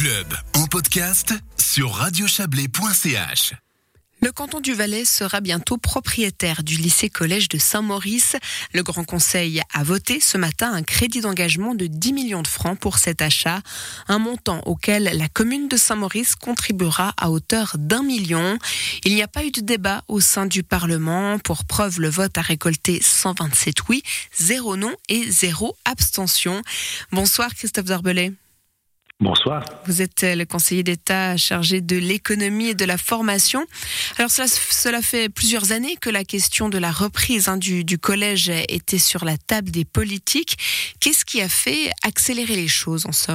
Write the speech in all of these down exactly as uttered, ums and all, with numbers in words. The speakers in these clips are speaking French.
club en podcast sur radio chablais point c h. Le canton du Valais sera bientôt propriétaire du lycée-collège de Saint-Maurice. Le Grand Conseil a voté ce matin un crédit d'engagement de dix millions de francs pour cet achat, un montant auquel la commune de Saint-Maurice contribuera à hauteur d'un million. Il n'y a pas eu de débat au sein du Parlement. Pour preuve, le vote a récolté cent vingt-sept oui, zéro non et zéro abstention. Bonsoir Christophe Zarbellet. Bonsoir. Vous êtes le conseiller d'État chargé de l'économie et de la formation. Alors cela, cela fait plusieurs années que la question de la reprise hein, du, du collège était sur la table des politiques. Qu'est-ce qui a fait accélérer les choses en somme ?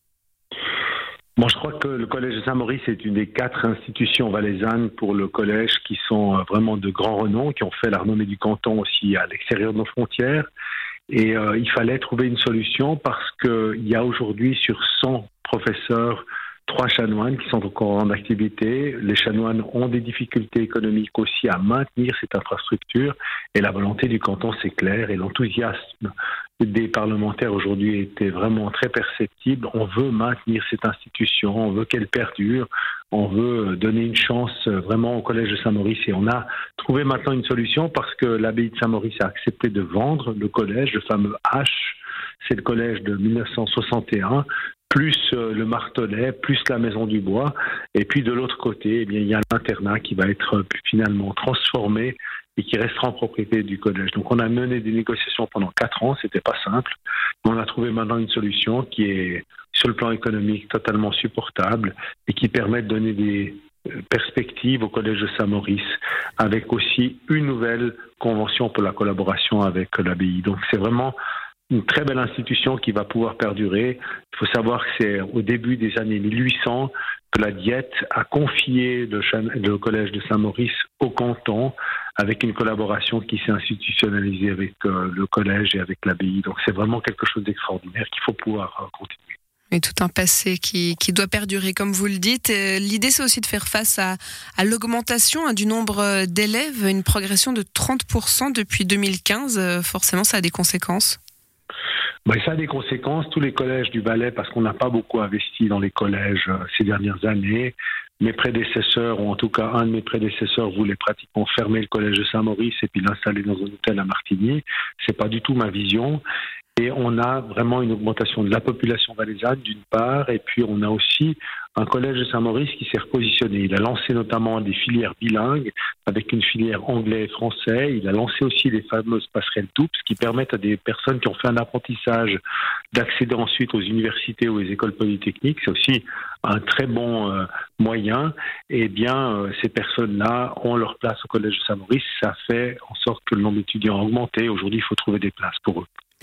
Bon, je crois que le collège de Saint-Maurice est une des quatre institutions valaisannes pour le collège qui sont vraiment de grand renom, qui ont fait la renommée du canton aussi à l'extérieur de nos frontières. Et euh, il fallait trouver une solution parce qu'il y a aujourd'hui sur cent professeurs, trois chanoines qui sont encore en activité. Les chanoines ont des difficultés économiques aussi à maintenir cette infrastructure et la volonté du canton, c'est clair. Et l'enthousiasme des parlementaires aujourd'hui était vraiment très perceptible. On veut maintenir cette institution, on veut qu'elle perdure, on veut donner une chance vraiment au collège de Saint-Maurice. Et on a trouvé maintenant une solution parce que l'abbaye de Saint-Maurice a accepté de vendre le collège, le fameux H. C'est le collège de mille neuf cent soixante et un, plus le Martelet, plus la Maison du Bois. Et puis de l'autre côté, eh bien, il y a l'internat qui va être finalement transformé et qui restera en propriété du collège. Donc on a mené des négociations pendant quatre ans, c'était pas simple. Mais on a trouvé maintenant une solution qui est sur le plan économique totalement supportable et qui permet de donner des perspectives au collège de Saint-Maurice avec aussi une nouvelle convention pour la collaboration avec l'abbaye. Donc c'est vraiment une très belle institution qui va pouvoir perdurer. Il faut savoir que c'est au début des années mille huit cents que la Diète a confié le, le collège de Saint-Maurice au canton avec une collaboration qui s'est institutionnalisée avec euh, le collège et avec l'abbaye. Donc c'est vraiment quelque chose d'extraordinaire qu'il faut pouvoir euh, continuer. Et tout un passé qui, qui doit perdurer, comme vous le dites. L'idée, c'est aussi de faire face à, à l'augmentation hein, du nombre d'élèves, une progression de trente pour cent depuis deux mille quinze. Forcément, ça a des conséquences. Ben, ça a des conséquences. Tous les collèges du Valais, parce qu'on n'a pas beaucoup investi dans les collèges euh, ces dernières années. Mes prédécesseurs, ou en tout cas un de mes prédécesseurs, voulait pratiquement fermer le collège de Saint-Maurice et puis l'installer dans un hôtel à Martigny. C'est pas du tout ma vision. Et on a vraiment une augmentation de la population valaisanne d'une part, et puis on a aussi un collège de Saint-Maurice qui s'est repositionné. Il a lancé notamment des filières bilingues avec une filière anglais et français. Il a lancé aussi les fameuses passerelles doubles qui permettent à des personnes qui ont fait un apprentissage d'accéder ensuite aux universités ou aux écoles polytechniques. C'est aussi un très bon euh, moyen. Et bien, euh, ces personnes-là ont leur place au collège de Saint-Maurice. Ça fait en sorte que le nombre d'étudiants a augmenté. Aujourd'hui, il faut trouver des places pour eux.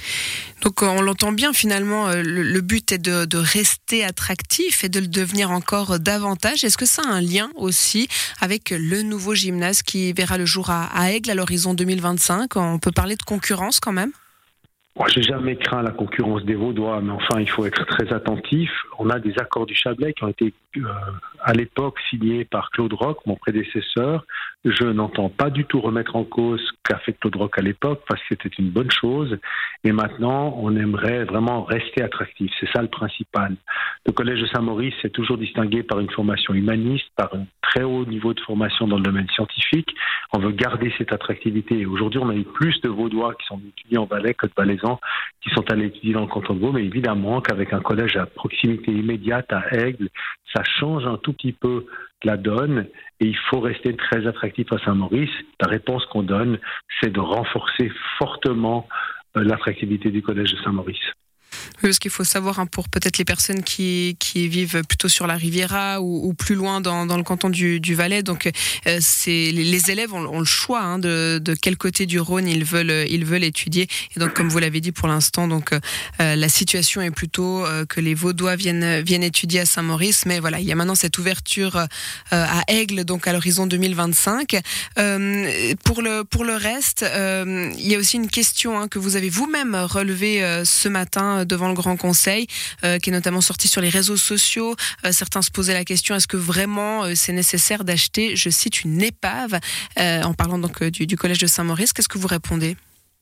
Donc on l'entend bien finalement, le, le but est de, de rester attractif et de le devenir encore davantage. Est-ce que ça a un lien aussi avec le nouveau gymnase qui verra le jour à, à Aigle à l'horizon deux mille vingt-cinq ? On peut parler de concurrence quand même ? Moi, j'ai jamais craint la concurrence des Vaudois, mais enfin, il faut être très attentif. On a des accords du Chablais qui ont été, euh, à l'époque, signés par Claude Roch, mon prédécesseur. Je n'entends pas du tout remettre en cause ce qu'a fait Claude Roch à l'époque, parce que c'était une bonne chose. Et maintenant, on aimerait vraiment rester attractif. C'est ça le principal. Le collège de Saint-Maurice est toujours distingué par une formation humaniste, par un très haut niveau de formation dans le domaine scientifique. On veut garder cette attractivité. Et aujourd'hui, on a eu plus de Vaudois qui sont étudiés en Valais que de Valaisans qui sont allés étudier dans le canton de Vaud, mais évidemment qu'avec un collège à proximité immédiate à Aigle, ça change un tout petit peu la donne et il faut rester très attractif à Saint-Maurice. La réponse qu'on donne, c'est de renforcer fortement l'attractivité du collège de Saint-Maurice. Oui, parce qu'il faut savoir hein, pour peut-être les personnes qui, qui vivent plutôt sur la Riviera ou, ou plus loin dans, dans le canton du, du Valais, donc euh, c'est, les élèves ont, ont le choix hein, de, de quel côté du Rhône ils veulent, ils veulent étudier. Et donc comme vous l'avez dit pour l'instant, donc euh, la situation est plutôt euh, que les Vaudois viennent, viennent étudier à Saint-Maurice, mais voilà, il y a maintenant cette ouverture euh, à Aigle, donc à l'horizon deux mille vingt-cinq. Euh, pour, le, pour le reste, euh, il y a aussi une question hein, que vous avez vous-même relevée euh, ce matin devant le Grand Conseil, euh, qui est notamment sorti sur les réseaux sociaux. Euh, certains se posaient la question, est-ce que vraiment euh, c'est nécessaire d'acheter, je cite, une épave, euh, en parlant donc euh, du, du collège de Saint-Maurice. Qu'est-ce que vous répondez ?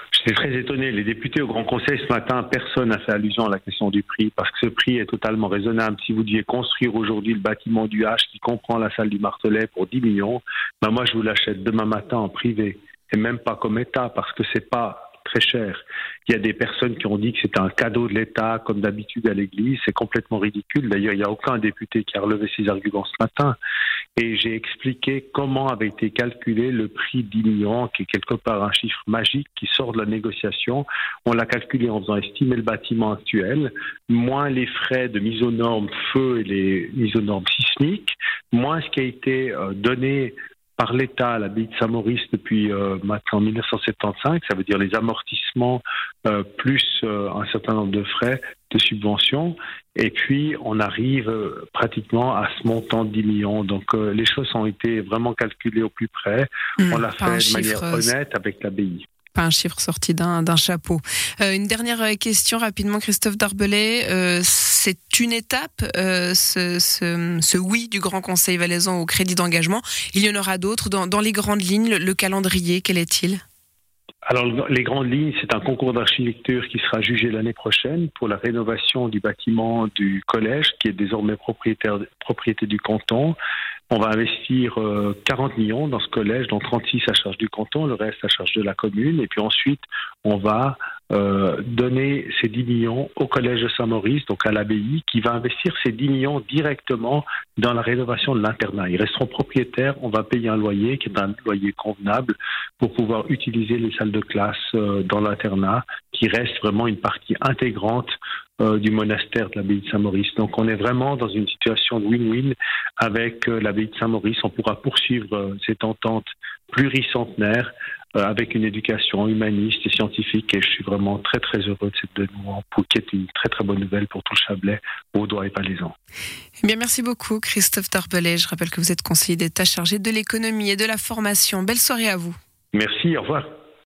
J'étais très étonné. Les députés au Grand Conseil ce matin, personne n'a fait allusion à la question du prix, parce que ce prix est totalement raisonnable. Si vous deviez construire aujourd'hui le bâtiment du H qui comprend la salle du Martelet pour dix millions, ben moi je vous l'achète demain matin en privé, et même pas comme État, parce que c'est pas très cher. Il y a des personnes qui ont dit que c'était un cadeau de l'État, comme d'habitude à l'Église. C'est complètement ridicule. D'ailleurs, il n'y a aucun député qui a relevé ces arguments ce matin. Et j'ai expliqué comment avait été calculé le prix de dix millions, qui est quelque part un chiffre magique qui sort de la négociation. On l'a calculé en faisant estimer le bâtiment actuel, moins les frais de mise aux normes feu et les mises aux normes sismiques, moins ce qui a été euh, donné par l'État à l'abbaye de Saint-Maurice depuis euh, maintenant mille neuf cent soixante-quinze, ça veut dire les amortissements euh, plus euh, un certain nombre de frais de subvention, et puis on arrive euh, pratiquement à ce montant de dix millions. Donc euh, les choses ont été vraiment calculées au plus près. Mmh, on l'a fait de manière honnête avec l'abbaye. Pas un chiffre sorti d'un, d'un chapeau. Euh, une dernière question rapidement, Christophe Darbelay. Euh, c'est une étape, euh, ce, ce, ce oui du Grand Conseil valaisan au crédit d'engagement. Il y en aura d'autres. Dans, dans les grandes lignes, le, le calendrier, quel est-il ? Alors, les grandes lignes, c'est un concours d'architecture qui sera jugé l'année prochaine pour la rénovation du bâtiment du collège, qui est désormais propriétaire, propriété du canton. On va investir euh, quarante millions dans ce collège, dont trente-six à charge du canton, le reste à charge de la commune. Et puis ensuite, on va euh, donner ces dix millions au collège de Saint-Maurice, donc à l'abbaye, qui va investir ces dix millions directement dans la rénovation de l'internat. Ils resteront propriétaires, on va payer un loyer qui est un loyer convenable pour pouvoir utiliser les salles de classe euh, dans l'internat, qui reste vraiment une partie intégrante euh, du monastère de l'abbaye de Saint-Maurice. Donc on est vraiment dans une situation de win-win avec euh, l'abbaye de Saint-Maurice. On pourra poursuivre euh, cette entente pluricentenaire euh, avec une éducation humaniste et scientifique, et je suis vraiment très très heureux de cette dénouement, pour qui est une très très bonne nouvelle pour tout le Chablais, Vaudois et Valaisans. Eh bien, merci beaucoup Christophe Darbelay. Je rappelle que vous êtes conseiller d'État chargé de l'économie et de la formation. Belle soirée à vous. Merci, au revoir.